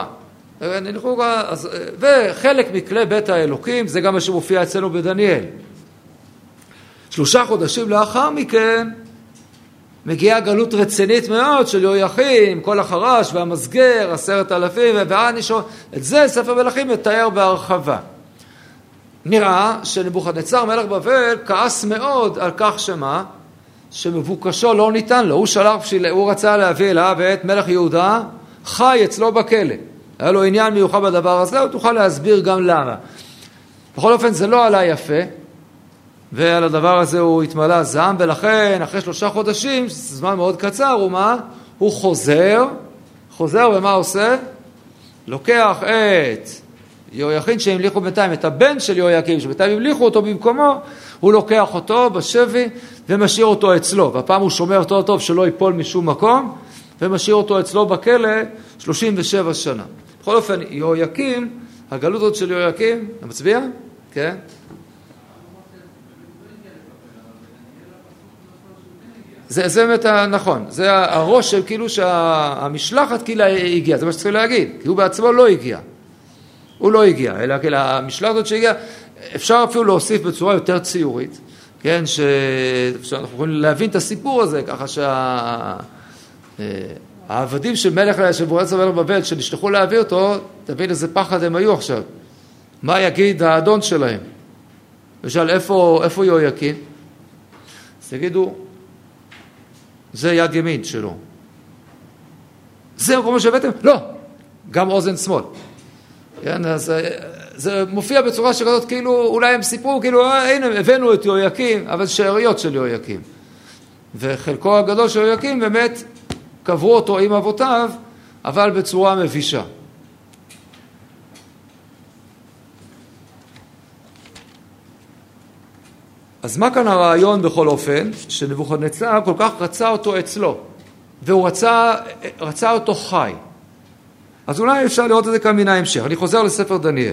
וחלק מכלי בית האלוקים, זה גם מה שמופיע אצלנו בדניאל. 3 חודשים לאחר מכן, מגיעה גלות רצינית מאוד של יהויקים, כל החרש והמסגר, 10,000, את זה ספר מלכים מתאר בהרחבה. נראה שנבוכדנצר מלך בבל כעס מאוד על כך שמבוקשו לא ניתן לו. הוא רצה להביא אליו את מלך יהודה חי אצלו בכלא. היה לו עניין מיוחד בדבר הזה, הוא תוכל להסביר גם למה. בכל אופן זה לא עלה יפה, ועל הדבר הזה הוא התמלא זעם, ולכן אחרי 3 חודשים, זמן מאוד קצר, הוא חוזר ומה עושה? לוקח את יהויכין שהמליכו בינתיים, את הבן של יהויקים, שבינתיים המליכו אותו במקומו, הוא לוקח אותו בשבי ומשאיר אותו אצלו, והפעם הוא שומר אותו טוב שלא ייפול משום מקום, ומשאיר אותו אצלו בכלא 37 שנה. בכל אופן, יהויקים, הגלות הזאת של יהויקים, אתה מצביע? כן? זה באמת נכון, זה הראש של כאילו שהמשלחת כאילו הגיעה, זה מה שצריך להגיד, כי הוא בעצמו לא הגיע. הוא לא הגיע, אלא כאילו המשלחת הזאת שהגיעה, אפשר אפילו להוסיף בצורה יותר ציורית, כן, שאנחנו יכולים להבין את הסיפור הזה, ככה שהעבדים של מלך, של בורצה מלך בבל, שנשלחו להביא אותו, תבין איזה פחד הם היו עכשיו. מה יגיד האדון שלהם? ושאל, איפה יהויקים? אז תגידו, זה יד ימין שלו. זה כמו שהבאתם? לא, גם אוזן שמאל. כן, אז זה מופיע בצורה שכזאת, כאילו, אולי הם סיפרו, כאילו, הנה, הבאנו את יהויקים, אבל שאריות של יהויקים. וחלקו הגדול של יהויקים, באמת, קברו אותו עם אבותיו, אבל בצורה מבישה. אז מה כאן הרעיון בכל אופן, שנבוכדנצר כל כך רצה אותו אצלו, והוא רצה אותו חי. אז אולי אפשר לראות את זה כאן מן ההמשך. אני חוזר לספר דניאל.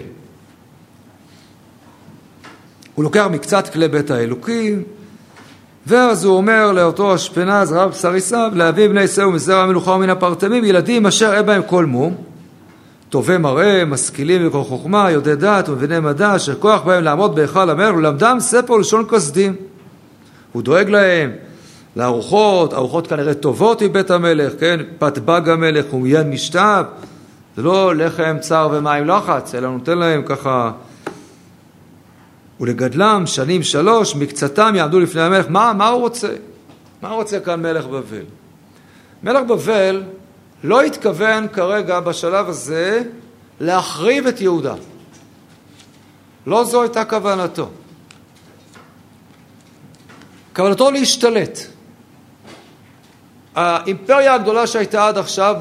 הוא לוקח מקצת כלי בית האלוקים, ואז הוא אומר לאותו אשפנז, רב סריסיו, להביא בני ישראל ומזרע המלוכה ומן הפרטמים, ילדים אשר אין בהם כל מום, טובי מראה, משכילים וכל חוכמה, יודעי דעת ומביני מדע, שכוח בהם לעמוד בהיכל המלך, ולמדם ספר ולשון כסדים. הוא דואג להם לארוחות, ארוחות כנראה טובות מבית המלך, כן? פת בג המלך ומיין משתב, זה לא לחם צר ומים לחץ, אלא נותן להם ככה, ולגדלם שנים 3, מקצתם יעמדו לפני המלך. מה הוא רוצה? מה רוצה כאן מלך בבל? מלך בבל לא התכוון כרגע בשלב הזה להחריב את יהודה. לא זו הייתה כוונתו. כוונתו להשתלט. האימפריה הגדולה שהייתה עד עכשיו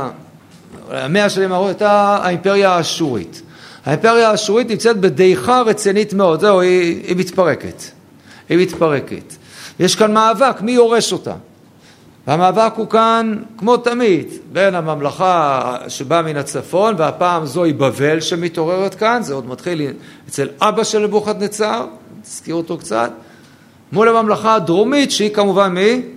ב100 שנים האחרונות הייתה האימפריה האשורית. האימפריה האשורית נמצאת בדעיכה רצינית מאוד. זהו, היא מתפרקת. היא מתפרקת. יש כאן מאבק, מי יורש אותה? והמאבק הוא כאן, כמו תמיד, בין הממלכה שבאה מן הצפון, והפעם זוהי בבל שמתעוררת כאן, זה עוד מתחיל אצל אבא של נבוכדנצר, תזכיר אותו קצת, מול הממלכה הדרומית, שהיא כמובן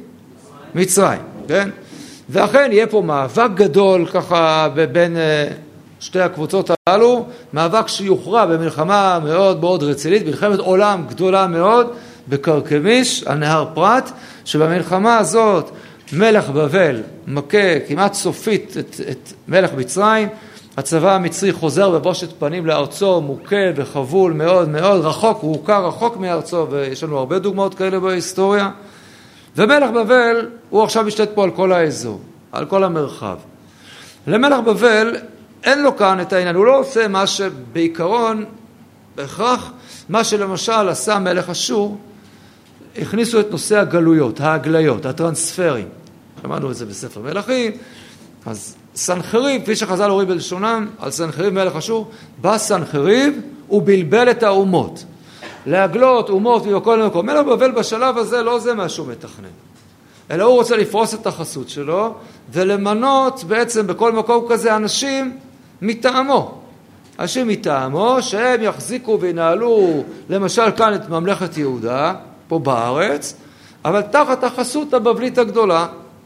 מצרים, כן? ואכן יהיה פה מאבק גדול ככה בין שתי הקבוצות הללו, מאבק שיוכרע במלחמה מאוד מאוד רצינית, מלחמת עולם גדולה מאוד, בקרקמיש, על נהר פרת, שבמלחמה הזאת מלך בבל מכה כמעט סופית את מלך מצרים, הצבא המצרי חוזר בבושת פנים לארצו, מוכה וחבול מאוד מאוד, רחוק, הוא הוכר רחוק מארצו, ויש לנו הרבה דוגמאות כאלה בהיסטוריה, ומלך בבל הוא עכשיו משתת פה על כל האזור, על כל המרחב. למלך בבל אין לו כאן את העניין, הוא לא עושה מה שבעיקרון, בהכרח, מה שלמשל עשה מלך אשור, הכניסו את נושא הגלויות, ההגליות, הטרנספרים. שמענו את זה בספר מלכים. אז סנחריב, כפי שחז"ל הוריד בלשונם, על סנחריב מלך אשור, בא סנחריב ובלבל את האומות. להגלות אומות ובכל מקום. מלך בבל בשלב הזה לא זה מה שהוא מתכנן. אלא הוא רוצה לפרוס את החסות שלו, ולמנות בעצם בכל מקום כזה אנשים מטעמו. אנשים מטעמו שהם יחזיקו וינהלו למשל כאן את ממלכת יהודה, פה בארץ, אבל תחת החסות הבבלית הגדולה,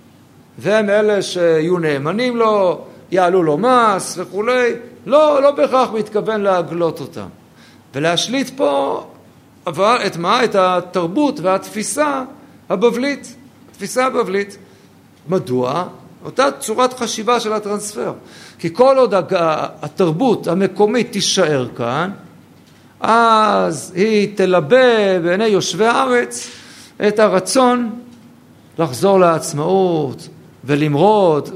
והם אלה שיהיו נאמנים לו, יעלו לו מס וכולי, לא בהכרח מתכוון להגלות אותם. ולהשליט פה, אבל את מה? את התרבות והתפיסה הבבלית. התפיסה הבבלית. מדוע? אותה צורת חשיבה של הטרנספר. כי כל עוד התרבות המקומית תישאר כאן, אז היא תלבה בעיני יושבי הארץ את הרצון לחזור לעצמאות ולמרוד,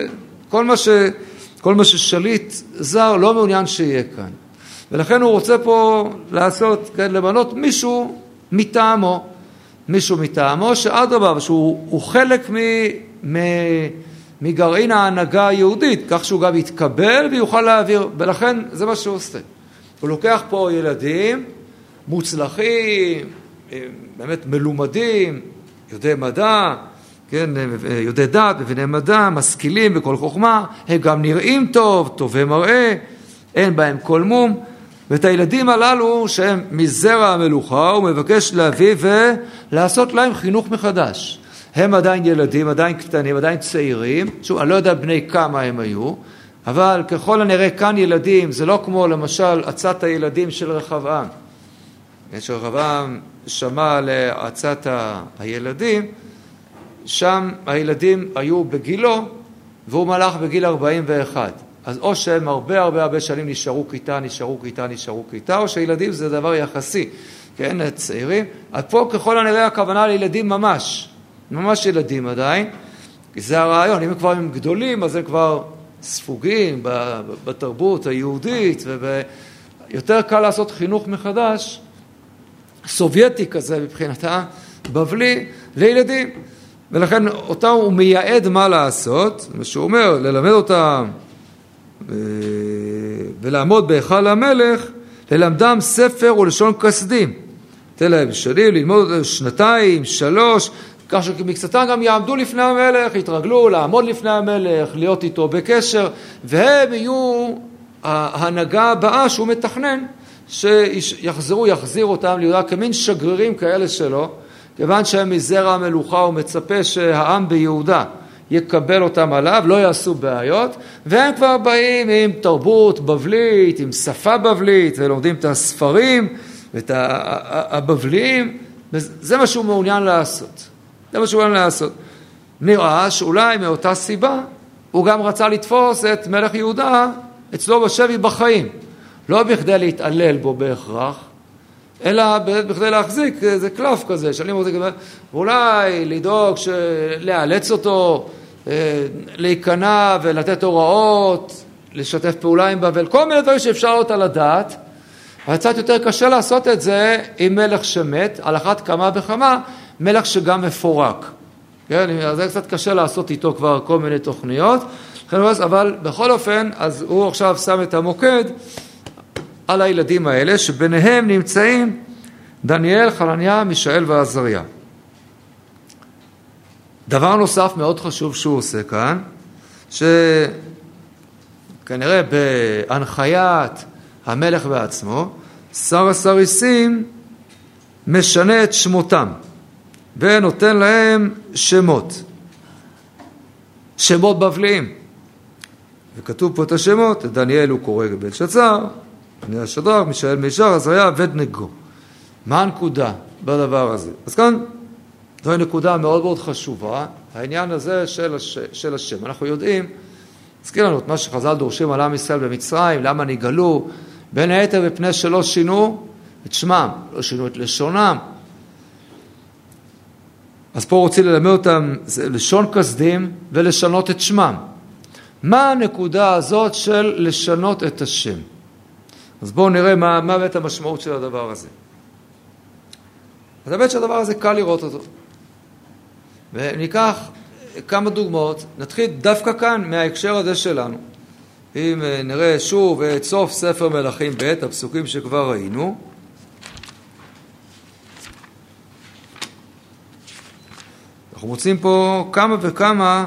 וכל מה ששליט זר לא מעוניין שיהיה כאן. ולכן הוא רוצה פה לעשות, כן, למנות מישהו מטעמו, שאדרבה, שהוא חלק מגרעין ההנהגה היהודית, כך שהוא גם יתקבל ויוכל להעביר, ולכן זה מה שהוא עושה. הוא לוקח פה ילדים מוצלחים, באמת מלומדים, יודעי מדע, כן, יודעי דעת, מביני מדע, משכילים בכל חוכמה, הם גם נראים טוב, טובי מראה, אין בהם כל מום, ואת הילדים הללו שהם מזרע המלוכה, הוא מבקש להביא ולעשות להם חינוך מחדש. הם עדיין ילדים, עדיין קטנים, עדיין צעירים, שוב, אני לא יודע בני כמה הם היו, אבל ככל הנראה כאן ילדים, זה לא כמו למשל עצת הילדים של רחבעם. שרחבעם שמע לעצת הילדים, שם הילדים היו בגילו, והוא מלך בגיל 41. אז או שהם הרבה שנים נשארו כיתה, או שילדים זה דבר יחסי, כן, צעירים. אז פה ככל הנראה הכוונה לילדים ממש ילדים עדיין, כי זה הרעיון, אם כבר הם גדולים, אז הם כבר ספוגים בתרבות היהודית, ויותר קל לעשות חינוך מחדש, סובייטי כזה מבחינתה, בבלי, לילדים. ולכן אותם הוא מייעד מה לעשות, מה שהוא אומר, ללמד אותם ולעמוד בהיכל המלך, ללמדם ספר ולשון כסדים. תן להם שנים, ללמוד 2, 3, כך שמקצתם גם יעמדו לפני המלך, יתרגלו לעמוד לפני המלך, להיות איתו בקשר, והם יהיו ההנהגה הבאה שהוא מתכנן, יחזיר אותם ליהודה כמין שגרירים כאלה שלו, כיוון שהם מזרע המלוכה, הוא מצפה שהעם ביהודה יקבל אותם עליו, לא יעשו בעיות, והם כבר באים עם תרבות בבלית, עם שפה בבלית, ולומדים את הספרים ואת הבבליים, וזה מה שהוא מעוניין לעשות. זה מה שהוא מעוניין לעשות. נראה שאולי מאותה סיבה, הוא גם רצה לתפוס את מלך יהודה אצלו בשבי בחיים. לא בכדי להתעלל בו בהכרח, אלא בכדי להחזיק איזה קלף כזה, שנים רוצה כזה, ואולי לדאוג לאלץ אותו, להיכנע ולתת הוראות, לשתף פעולה עם בבל, כל מיני דברים שאפשר אותה לדעת, אבל קצת יותר קשה לעשות את זה עם מלך שמת, על אחת כמה וכמה, מלך שגם מפורק. כן, זה קצת קשה לעשות איתו כבר כל מיני תוכניות, אבל בכל אופן, אז הוא עכשיו שם את המוקד על הילדים האלה, שביניהם נמצאים דניאל, חנניה, מישאל ועזריה. דבר נוסף מאוד חשוב שהוא עושה כאן, שכנראה בהנחיית המלך בעצמו, שר הסריסים משנה את שמותם, ונותן להם שמות. שמות בבליים. וכתוב פה את השמות, דניאל הוא קורא בלשצר, דניאל שדרג, מישאל מישר, עזריה, אבדנגו. מה הנקודה בדבר הזה? אז כאן, זו נקודה מאוד מאוד חשובה, העניין הזה של השם. אנחנו יודעים, הזכיר לנו את מה שחז"ל דורשים על עם ישראל במצרים, למה נגאלו, בין היתר מפני שלא שינו את שמם, לא שינו את לשונם. אז פה רוצים ללמד אותם לשון כסדים ולשנות את שמם. מה הנקודה הזאת של לשנות את השם? אז בואו נראה מה באמת המשמעות של הדבר הזה. אז באמת שהדבר הזה קל לראות אותו. וניקח כמה דוגמאות, נתחיל דווקא כאן מההקשר הזה שלנו. אם נראה שוב את סוף ספר מלכים ב', הפסוקים שכבר ראינו. אנחנו מוצאים פה כמה וכמה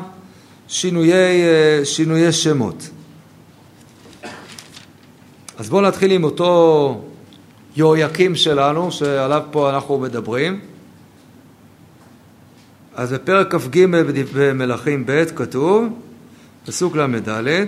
שינויי שמות. אז בואו נתחיל עם אותו יהויקים שלנו, שעליו פה אנחנו מדברים. אז בפרק כ"ג במלכים ב' כתוב, פסוק ל"ד,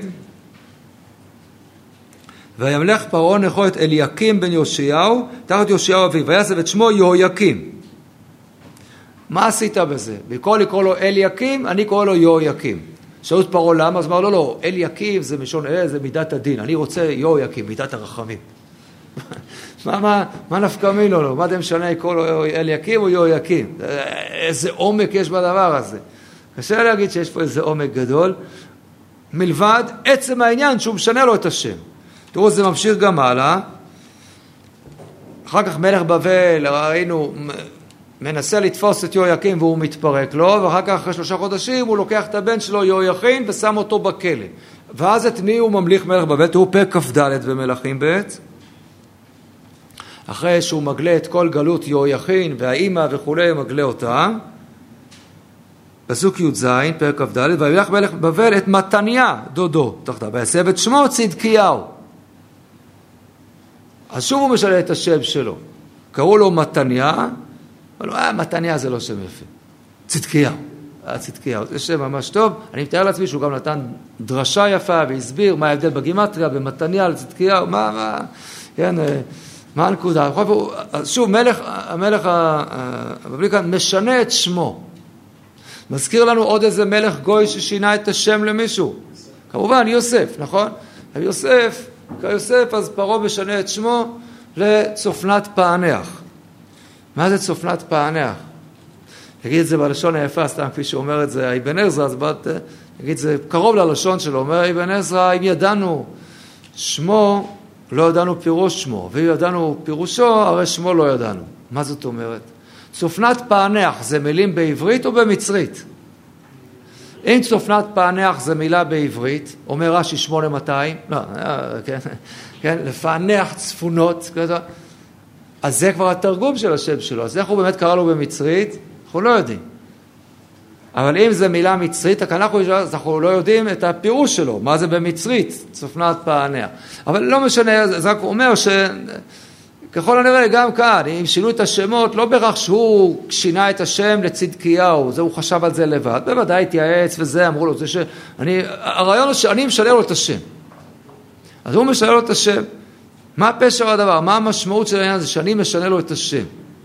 וימלך פרעה נכו את אליקים בן יאשיהו, תחת יאשיהו אביו, ויעזב את שמו יהויקים. מה עשית בזה? במקום לקרוא לו אליקים, אני קורא לו יהויקים. שאלו את פרעה למה? אז אמר לו, לא, אליקים זה משון זה מידת הדין, אני רוצה יהויקים, מידת הרחמים. מה נפקא מינו לו? מה זה משנה לקרוא לו אליקים או יהויקים? איזה עומק יש בדבר הזה. קשה להגיד שיש פה איזה עומק גדול, מלבד עצם העניין שהוא משנה לו את השם. תראו, זה ממשיך גם הלאה. אחר כך מלך בבל, ראינו, מנסה לתפוס את יהויקים והוא מתפרק לו, ואחר כך אחרי 3 חודשים הוא לוקח את הבן שלו יהויכין ושם אותו בכלא. ואז את מי הוא ממליך מלך בבל? תראו פרק כ"ד במלכים ב', אחרי שהוא מגלה את כל גלות יהויכין והאימא וכולי, מגלה אותה. פסוק י"ז, פרק כ"ד, וימלך מלך בבל את מתניה, דודו, תחתיו, ויסב את שמו צדקיהו. אז שוב הוא משנה את השם שלו. קראו לו מתניה, אבל מתניה זה לא שם יפה. צדקיהו. צדקיהו. זה שם ממש טוב. אני מתאר לעצמי שהוא גם נתן דרשה יפה והסביר מה ההבדל בגימטריה במתניה לצדקיהו. מה הנקודה? שוב, המלך הבבלי כאן משנה את שמו. מזכיר לנו עוד איזה מלך גוי ששינה את השם למישהו. כמובן, יוסף, נכון? יוסף, אז פרעה משנה את שמו לצופנת פענח. מה זה צופנת פענח? נגיד את זה בלשון היפה, סתם כפי שאומר את זה אבן עזרא, אז נגיד זה קרוב ללשון שלו, אומר אבן עזרא, אם ידענו שמו, לא ידענו פירוש שמו, ואם ידענו פירושו, הרי שמו לא ידענו. מה זאת אומרת? צופנת פענח זה מילים בעברית או במצרית? אם צופנת פענח זה מילה בעברית, אומר רש"י 8200, לא, כן, לפענח צפונות, כזה, אז זה כבר התרגום של השם שלו. אז איך הוא באמת קרא לו במצרית? אנחנו לא יודעים. אבל אם זה מילה מצרית, אנחנו לא יודעים את הפירוש שלו. מה זה במצרית? צופנת פענח. אבל לא משנה, זה רק אומר ככל הנראה גם כאן, אם שינו את השמות, לא בהכרח שהוא שינה את השם לצדקיהו, הוא חשב על זה לבד, בוודאי התייעץ וזה, אמרו לו, הרעיון הוא שאני משנה לו את השם. אז הוא משנה לו את השם. מה פשר הדבר? מה המשמעות של העניין הזה שאני משנה לו את השם?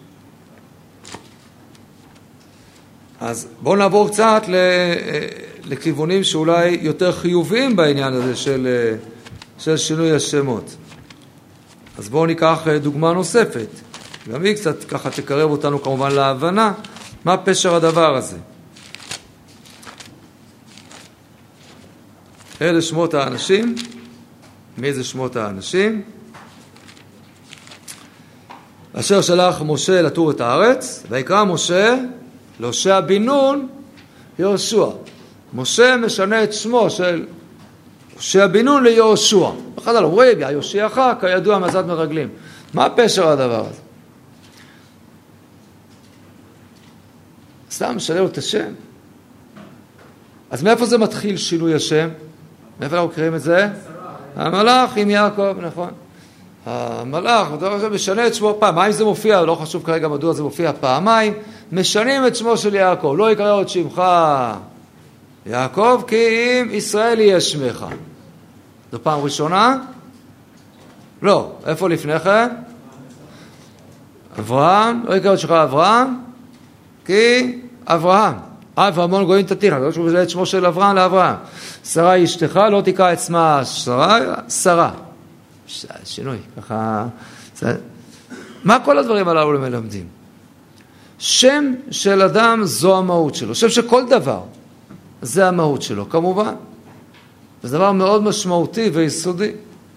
אז בואו נעבור קצת לכיוונים שאולי יותר חיוביים בעניין הזה של שינוי השמות. אז בואו ניקח דוגמה נוספת. גם היא קצת ככה תקרב אותנו כמובן להבנה מה פשר הדבר הזה. אלה שמות האנשים. מי זה שמות האנשים? אשר שלח משה לתור את הארץ, ויקרא משה להושע בן נון יהושע. משה משנה את שמו של הושע בן נון ליהושע. בחז"ל אומרים, יהושיעך כידוע מעזת מרגלים. מה פשר הדבר הזה? סתם משנה לו את השם. אז מאיפה זה מתחיל שינוי השם? מאיפה אנחנו קוראים את זה? המלאך עם יעקב, נכון. המלאך משנה את שמו פעמיים, זה מופיע, לא חשוב כרגע מדוע זה מופיע פעמיים, משנים את שמו של יעקב, לא יקרא עוד שמך יעקב, כי אם ישראל יהיה שמך. זו פעם ראשונה? לא, איפה לפני כן? אברהם, לא יקרא עוד שמך אברהם, כי אברהם. והמון גויים תתיך, לא שוב את שמו של אברהם לאברהם. שרה אשתך, לא תקרא את שמה שרה. שינוי, ככה. מה כל הדברים הללו מלמדים? שם של אדם זו המהות שלו. שם שכל דבר זה המהות שלו, כמובן. זה דבר מאוד משמעותי ויסודי.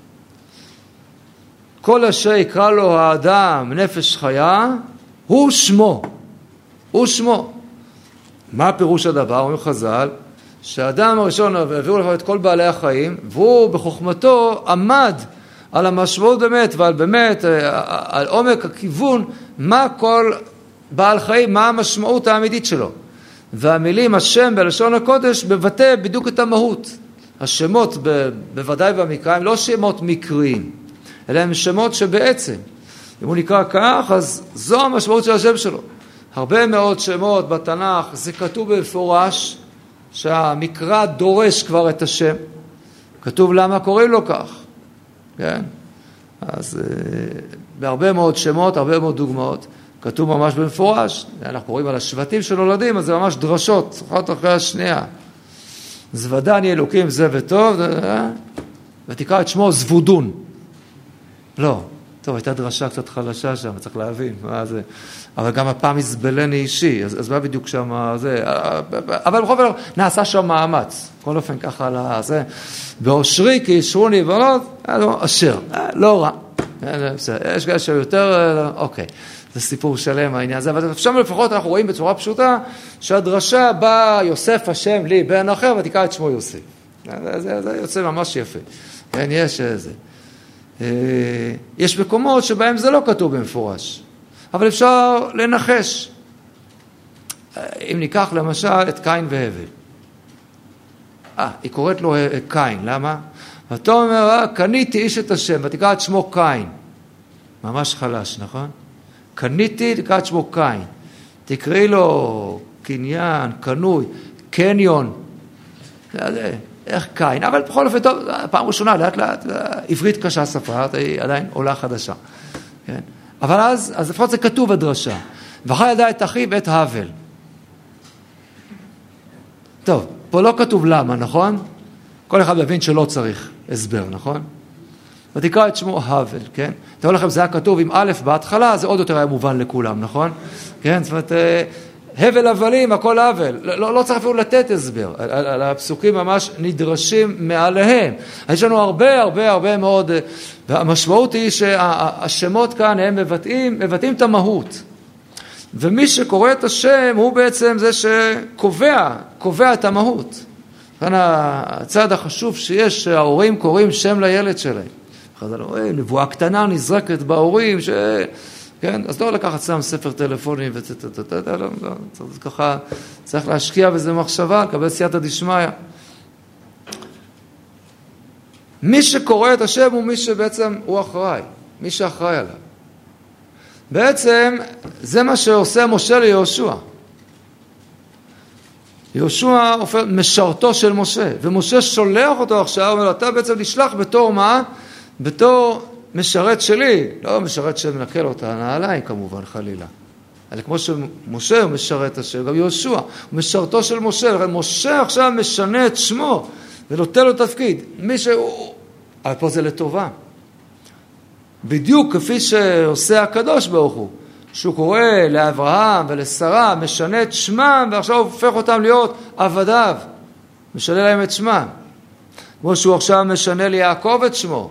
כל אשר יקרא לו האדם נפש חיה, הוא שמו. הוא שמו. מה פירוש הדבר? אומרים חז"ל, שהאדם הראשון העבירו לך את כל בעלי החיים, והוא בחוכמתו עמד על המשמעות באמת, ועל באמת, על עומק הכיוון, מה כל בעל חיים, מה המשמעות האמיתית שלו. והמילים השם בלשון הקודש מבטא בדיוק את המהות. השמות בוודאי במקרא הם לא שמות מקריים, אלא הם שמות שבעצם, אם הוא נקרא כך, אז זו המשמעות של השם שלו. הרבה מאוד שמות בתנ"ך, זה כתוב במפורש, שהמקרא דורש כבר את השם. כתוב למה קוראים לו כך. כן? אז בהרבה מאוד שמות, הרבה מאוד דוגמאות, כתוב ממש במפורש. אנחנו קוראים על השבטים שנולדים, אז זה ממש דרשות, אחת אחרי השנייה. זוודני אלוקים זה וטוב, ותקרא את שמו זבודון. לא. טוב, הייתה דרשה קצת חלשה שם, צריך להבין מה זה. אבל גם הפעם יסבלני אישי, אז מה בדיוק שם זה? אבל בכל זאת נעשה שם מאמץ. כל אופן ככה על זה. באושרי כי ישרוני בנות, אשר. לא רע. יש כאלה שיותר, אוקיי. זה סיפור שלם העניין הזה. אבל שם לפחות אנחנו רואים בצורה פשוטה, שהדרשה באה יוסף השם לי בן אחר, ותקרא את שמו יוסף. זה יוצא ממש יפה. כן, יש זה. יש מקומות שבהם זה לא כתוב במפורש, אבל אפשר לנחש. אם ניקח למשל את קין והבל, היא קוראת לו קין, למה? ואתה אומר, קניתי איש את השם, ותקרא את שמו קין. ממש חלש, נכון? קניתי, תקרא את שמו קין. תקראי לו קניין, קנוי, קניון. איך קין, אבל בכל אופן טוב, פעם ראשונה, לאט לאט, עברית קשה שפה, היא עדיין עולה חדשה. כן? אבל אז לפחות זה כתוב הדרשה. ואחר ידע את אחיו ואת הבל. טוב, פה לא כתוב למה, נכון? כל אחד מבין שלא צריך הסבר, נכון? ותקרא את שמו הבל, כן? תראו לכם, זה היה כתוב עם א' בהתחלה, זה עוד יותר היה מובן לכולם, נכון? כן, זאת אומרת, הבל הבלים, הכל הבל. לא צריך אפילו לתת הסבר. הפסוקים ממש נדרשים מעליהם. יש לנו הרבה מאוד, והמשמעות היא שהשמות כאן הם מבטאים את המהות. ומי שקורא את השם הוא בעצם זה שקובע את המהות. כאן הצעד החשוב שיש שההורים קוראים שם לילד שלהם. חז"ל אומרים, נבואה קטנה נזרקת בהורים כן, אז לא לקחת סתם ספר טלפונים ככה צריך להשקיע בזה מחשבה, לקבל סייעתא דשמיא. מי שקורא את השם הוא מי שבעצם הוא אחראי, מי שאחראי עליו. בעצם זה מה שעושה משה ליהושע. יהושע משרתו של משה, ומשה שולח אותו עכשיו, אומר לו, אתה בעצם נשלח בתור מה? בתור משרת שלי, לא משרת שמנקה לו את הנעליים כמובן חלילה. אלא כמו שמשה הוא משרת השם, גם יהושע הוא משרתו של משה, לכן משה עכשיו משנה את שמו ונותן לו תפקיד. אבל פה זה לטובה. בדיוק כפי שעושה הקדוש ברוך הוא, שהוא קורא לאברהם ולשרה, משנה את שמם, ועכשיו הוא הופך אותם להיות עבדיו, משנה להם את שמם. כמו שהוא עכשיו משנה ליעקב את שמו.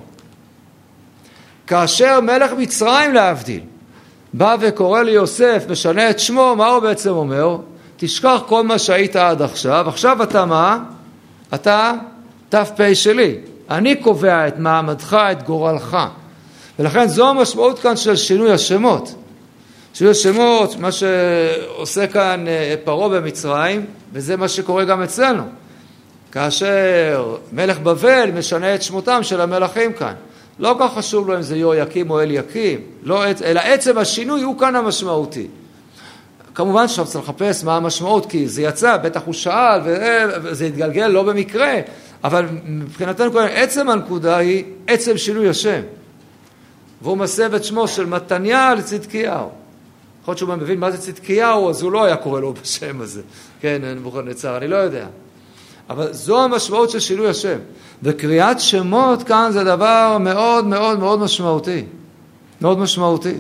כאשר מלך מצרים להבדיל, בא וקורא ליוסף, משנה את שמו, מה הוא בעצם אומר? תשכח כל מה שהיית עד עכשיו, עכשיו אתה מה? אתה ת"פ שלי. אני קובע את מעמדך, את גורלך. ולכן זו המשמעות כאן של שינוי השמות. שינוי השמות, מה שעושה כאן פרעה במצרים, וזה מה שקורה גם אצלנו. כאשר מלך בבל משנה את שמותם של המלכים כאן. לא כך חשוב לו אם זה יהויקים או אליקים, לא, אלא עצם השינוי הוא כאן המשמעותי. כמובן שעכשיו צריך לחפש מה המשמעות, כי זה יצא, בטח הוא שאל, וזה התגלגל לא במקרה, אבל מבחינתנו כאן עצם הנקודה היא עצם שינוי השם. והוא מסב את שמו של מתניה לצדקיהו. יכול להיות שהוא מבין מה זה צדקיהו, אז הוא לא היה קורא לו בשם הזה. כן, נבוכדנצר, אני לא יודע. אבל זו המשמעות של שינוי השם. וקריאת שמות כאן זה דבר מאוד מאוד מאוד משמעותי. מאוד משמעותי.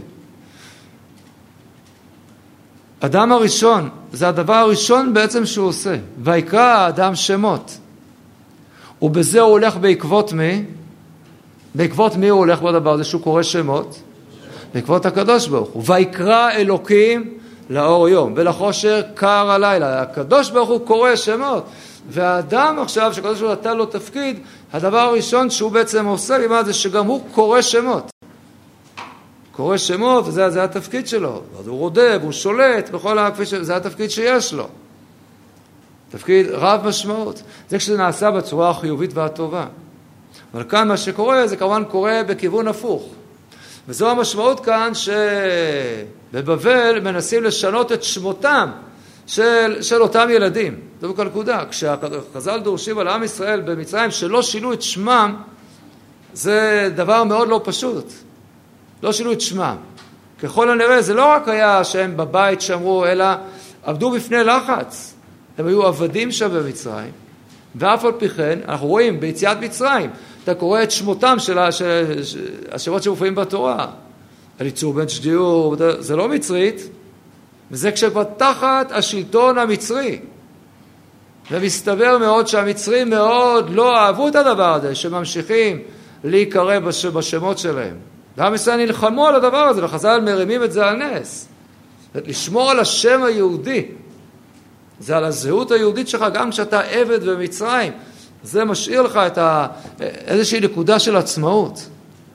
אדם הראשון, זה הדבר הראשון בעצם שהוא עושה. ויקרא האדם שמות. ובזה הוא הולך בעקבות מי? בעקבות מי הוא הולך בדבר הזה שהוא קורא שמות? בעקבות הקדוש ברוך הוא. ויקרא אלוקים לאור יום, ולחושר קר הלילה. הקדוש ברוך הוא קורא שמות. והאדם עכשיו, שקדוש ברוך הוא נתן לו תפקיד, הדבר הראשון שהוא בעצם עושה לימד זה שגם הוא קורא שמות. קורא שמות, וזה התפקיד שלו. הוא רודף, הוא שולט, זה התפקיד שיש לו. תפקיד רב משמעות. זה כשזה נעשה בצורה החיובית והטובה. אבל כאן מה שקורה, זה כמובן קורה בכיוון הפוך. וזו המשמעות כאן שבבבל מנסים לשנות את שמותם של אותם ילדים. זו בכל נקודה. כשחז"ל דורשים על עם ישראל במצרים שלא שינו את שמם, זה דבר מאוד לא פשוט. לא שינו את שמם. ככל הנראה זה לא רק היה שהם בבית שמרו, אלא עבדו בפני לחץ. הם היו עבדים שם במצרים. ואף על פי כן, אנחנו רואים ביציאת מצרים, אתה קורא את שמותם של השמות שמופיעים בתורה. אליצור בן שדיור, זה לא מצרית, וזה כשכבר תחת השלטון המצרי. ומסתבר מאוד שהמצרים מאוד לא אהבו את הדבר הזה, שממשיכים להיקרא בשמות שלהם. ועם ישראל נלחמו על הדבר הזה, וחז"ל מרימים את זה על נס. לשמור על השם היהודי, זה על הזהות היהודית שלך, גם כשאתה עבד במצרים, זה משאיר לך איזושהי נקודה של עצמאות.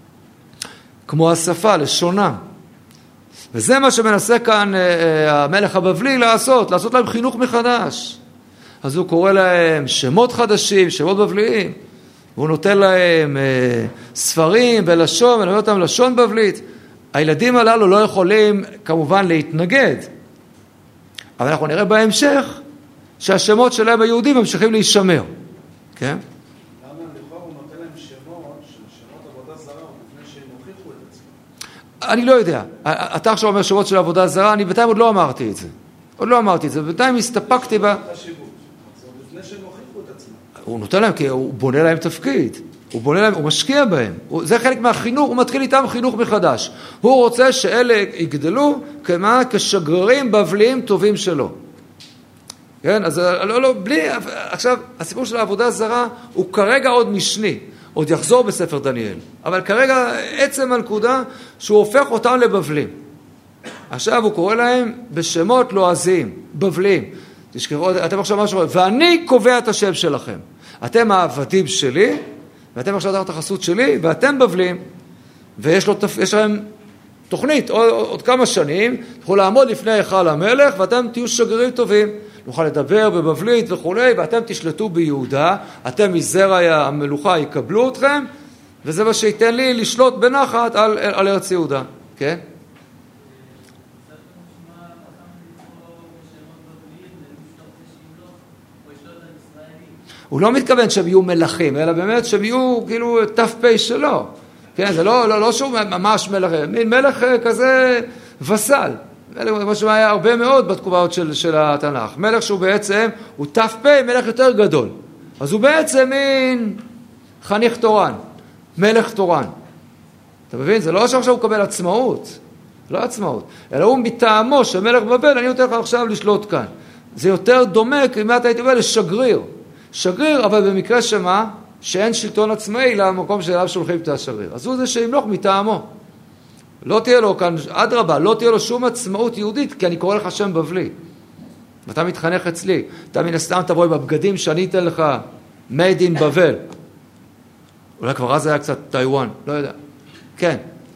כמו השפה, לשונה. וזה מה שמנסה כאן המלך הבבלי לעשות להם חינוך מחדש. אז הוא קורא להם שמות חדשים, שמות בבליים, והוא נותן להם ספרים ולשון, ונותן אותם לשון בבלית. הילדים הללו לא יכולים כמובן להתנגד, אבל אנחנו נראה בהמשך שהשמות שלהם היהודים ממשיכים להישמר. כן? למה לכאורה הוא נותן להם שמות עבודה זרה לפני שהם הוכיחו את עצמם? אני לא יודע. אתה עכשיו אומר שמות של עבודה זרה, אני בינתיים עוד לא אמרתי את זה. בינתיים הסתפקתי לפני שהם הוכיחו את עצמם. הוא נותן להם, כי הוא בונה להם תפקיד. הוא משקיע בהם. זה חלק מהחינוך, הוא מתחיל איתם חינוך מחדש. הוא רוצה שאלה יגדלו כשגררים בבליים טובים שלו. כן, אז עכשיו, הסיפור של העבודה הזרה הוא כרגע עוד משני, עוד יחזור בספר דניאל, אבל כרגע עצם הנקודה שהוא הופך אותם לבבלים. עכשיו הוא קורא להם בשמות לועזיים, בבלים. תשכחו, אתם עכשיו משהו, ואני קובע את השם שלכם. אתם העבדים שלי, ואתם עכשיו תחת החסות שלי, ואתם בבלים, ויש להם תוכנית, עוד כמה שנים, תוכלו לעמוד לפני היכל המלך, ואתם תהיו שגרירים טובים. נוכל לדבר בבבלית וכו', ואתם תשלטו ביהודה, אתם מזרע המלוכה יקבלו אתכם, וזה מה שייתן לי לשלוט בנחת על ארץ יהודה. כן? הוא לא מתכוון שהם יהיו מלכים, אלא באמת שהם יהיו כאילו ת"פ שלו. כן, זה לא שהוא ממש מלך, מין מלך כזה וסל. כמו שהיה הרבה מאוד בתקופות של התנ"ך. מלך שהוא בעצם, הוא ת"פ מלך יותר גדול. אז הוא בעצם מין חניך תורן, מלך תורן. אתה מבין? זה לא שעכשיו הוא קבל עצמאות, לא עצמאות, אלא הוא מטעמו של מלך בבל, אני נותן לך עכשיו לשלוט כאן. זה יותר דומה, כמעט הייתי אומר, לשגריר. שגריר, אבל במקרה שמה? שאין שלטון עצמאי למקום שאליו שולחים את השגריר. אז הוא זה שימלוך מטעמו. לא תהיה לו כאן, אדרבה, לא תהיה לו שום עצמאות יהודית, כי אני קורא לך שם בבלי. ואתה מתחנך אצלי. אתה מן הסתם תבוא עם הבגדים שאני אתן לך, made in בבל. אולי כבר אז היה קצת טיואן, לא יודע. כן.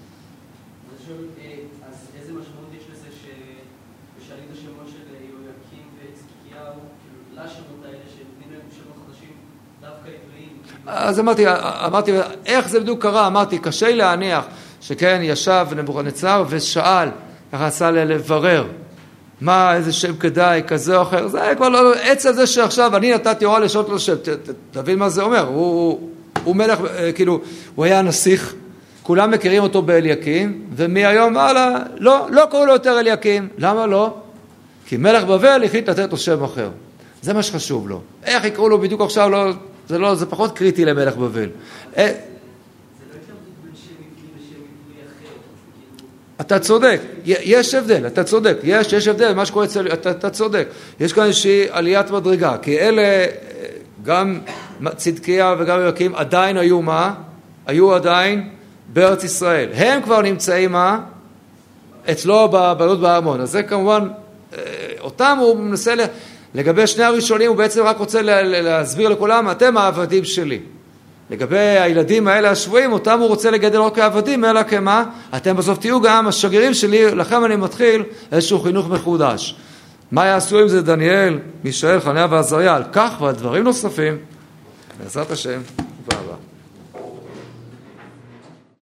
אז איזה משמעות יש לזה שמשנים את השמות של יהויקים וצדקיהו, כאילו לשמות האלה שנותנים להם שמות חדשים דווקא עבריים? אז אמרתי, איך זה בדיוק קרה? אמרתי, קשה להניח שכן ישב נבוכדנצר ושאל, ככה עשה לברר, מה, איזה שם כדאי, כזה או אחר, זה היה כבר לא, עצם זה שעכשיו אני נתתי הוראה לשאול לו שם, תבין מה זה אומר, הוא מלך, כאילו, הוא היה נסיך, כולם מכירים אותו באליקים, ומהיום הלאה, לא קראו לו יותר אליקים. למה לא? כי מלך בבל החליט לתת לו שם אחר. זה מה שחשוב לו. איך יקראו לו בדיוק עכשיו, זה פחות קריטי למלך בבל. זה לא יותר בין שם עברי ושם עברי אחר. אתה צודק, יש הבדל, אתה צודק, יש הבדל, מה שקורה אצל, אתה צודק. יש כאן איזושהי עליית מדרגה, כי אלה, גם צדקיה וגם אליקים, עדיין היו מה? היו עדיין בארץ ישראל. הם כבר נמצאים אצלו בבעלות בארמון. אז זה כמובן, אותם הוא מנסה, לגבי שני הראשונים הוא בעצם רק רוצה להסביר לכולם, אתם העבדים שלי. לגבי הילדים האלה השבויים, אותם הוא רוצה לגדל לא כעבדים, אלא כמה? אתם בסוף תהיו גם השגרירים שלי, לכם אני מתחיל איזשהו חינוך מחודש. מה יעשו עם זה דניאל, מישאל, חניה ועזריה, על כך ועל דברים נוספים. בעזרת השם, תודה רבה.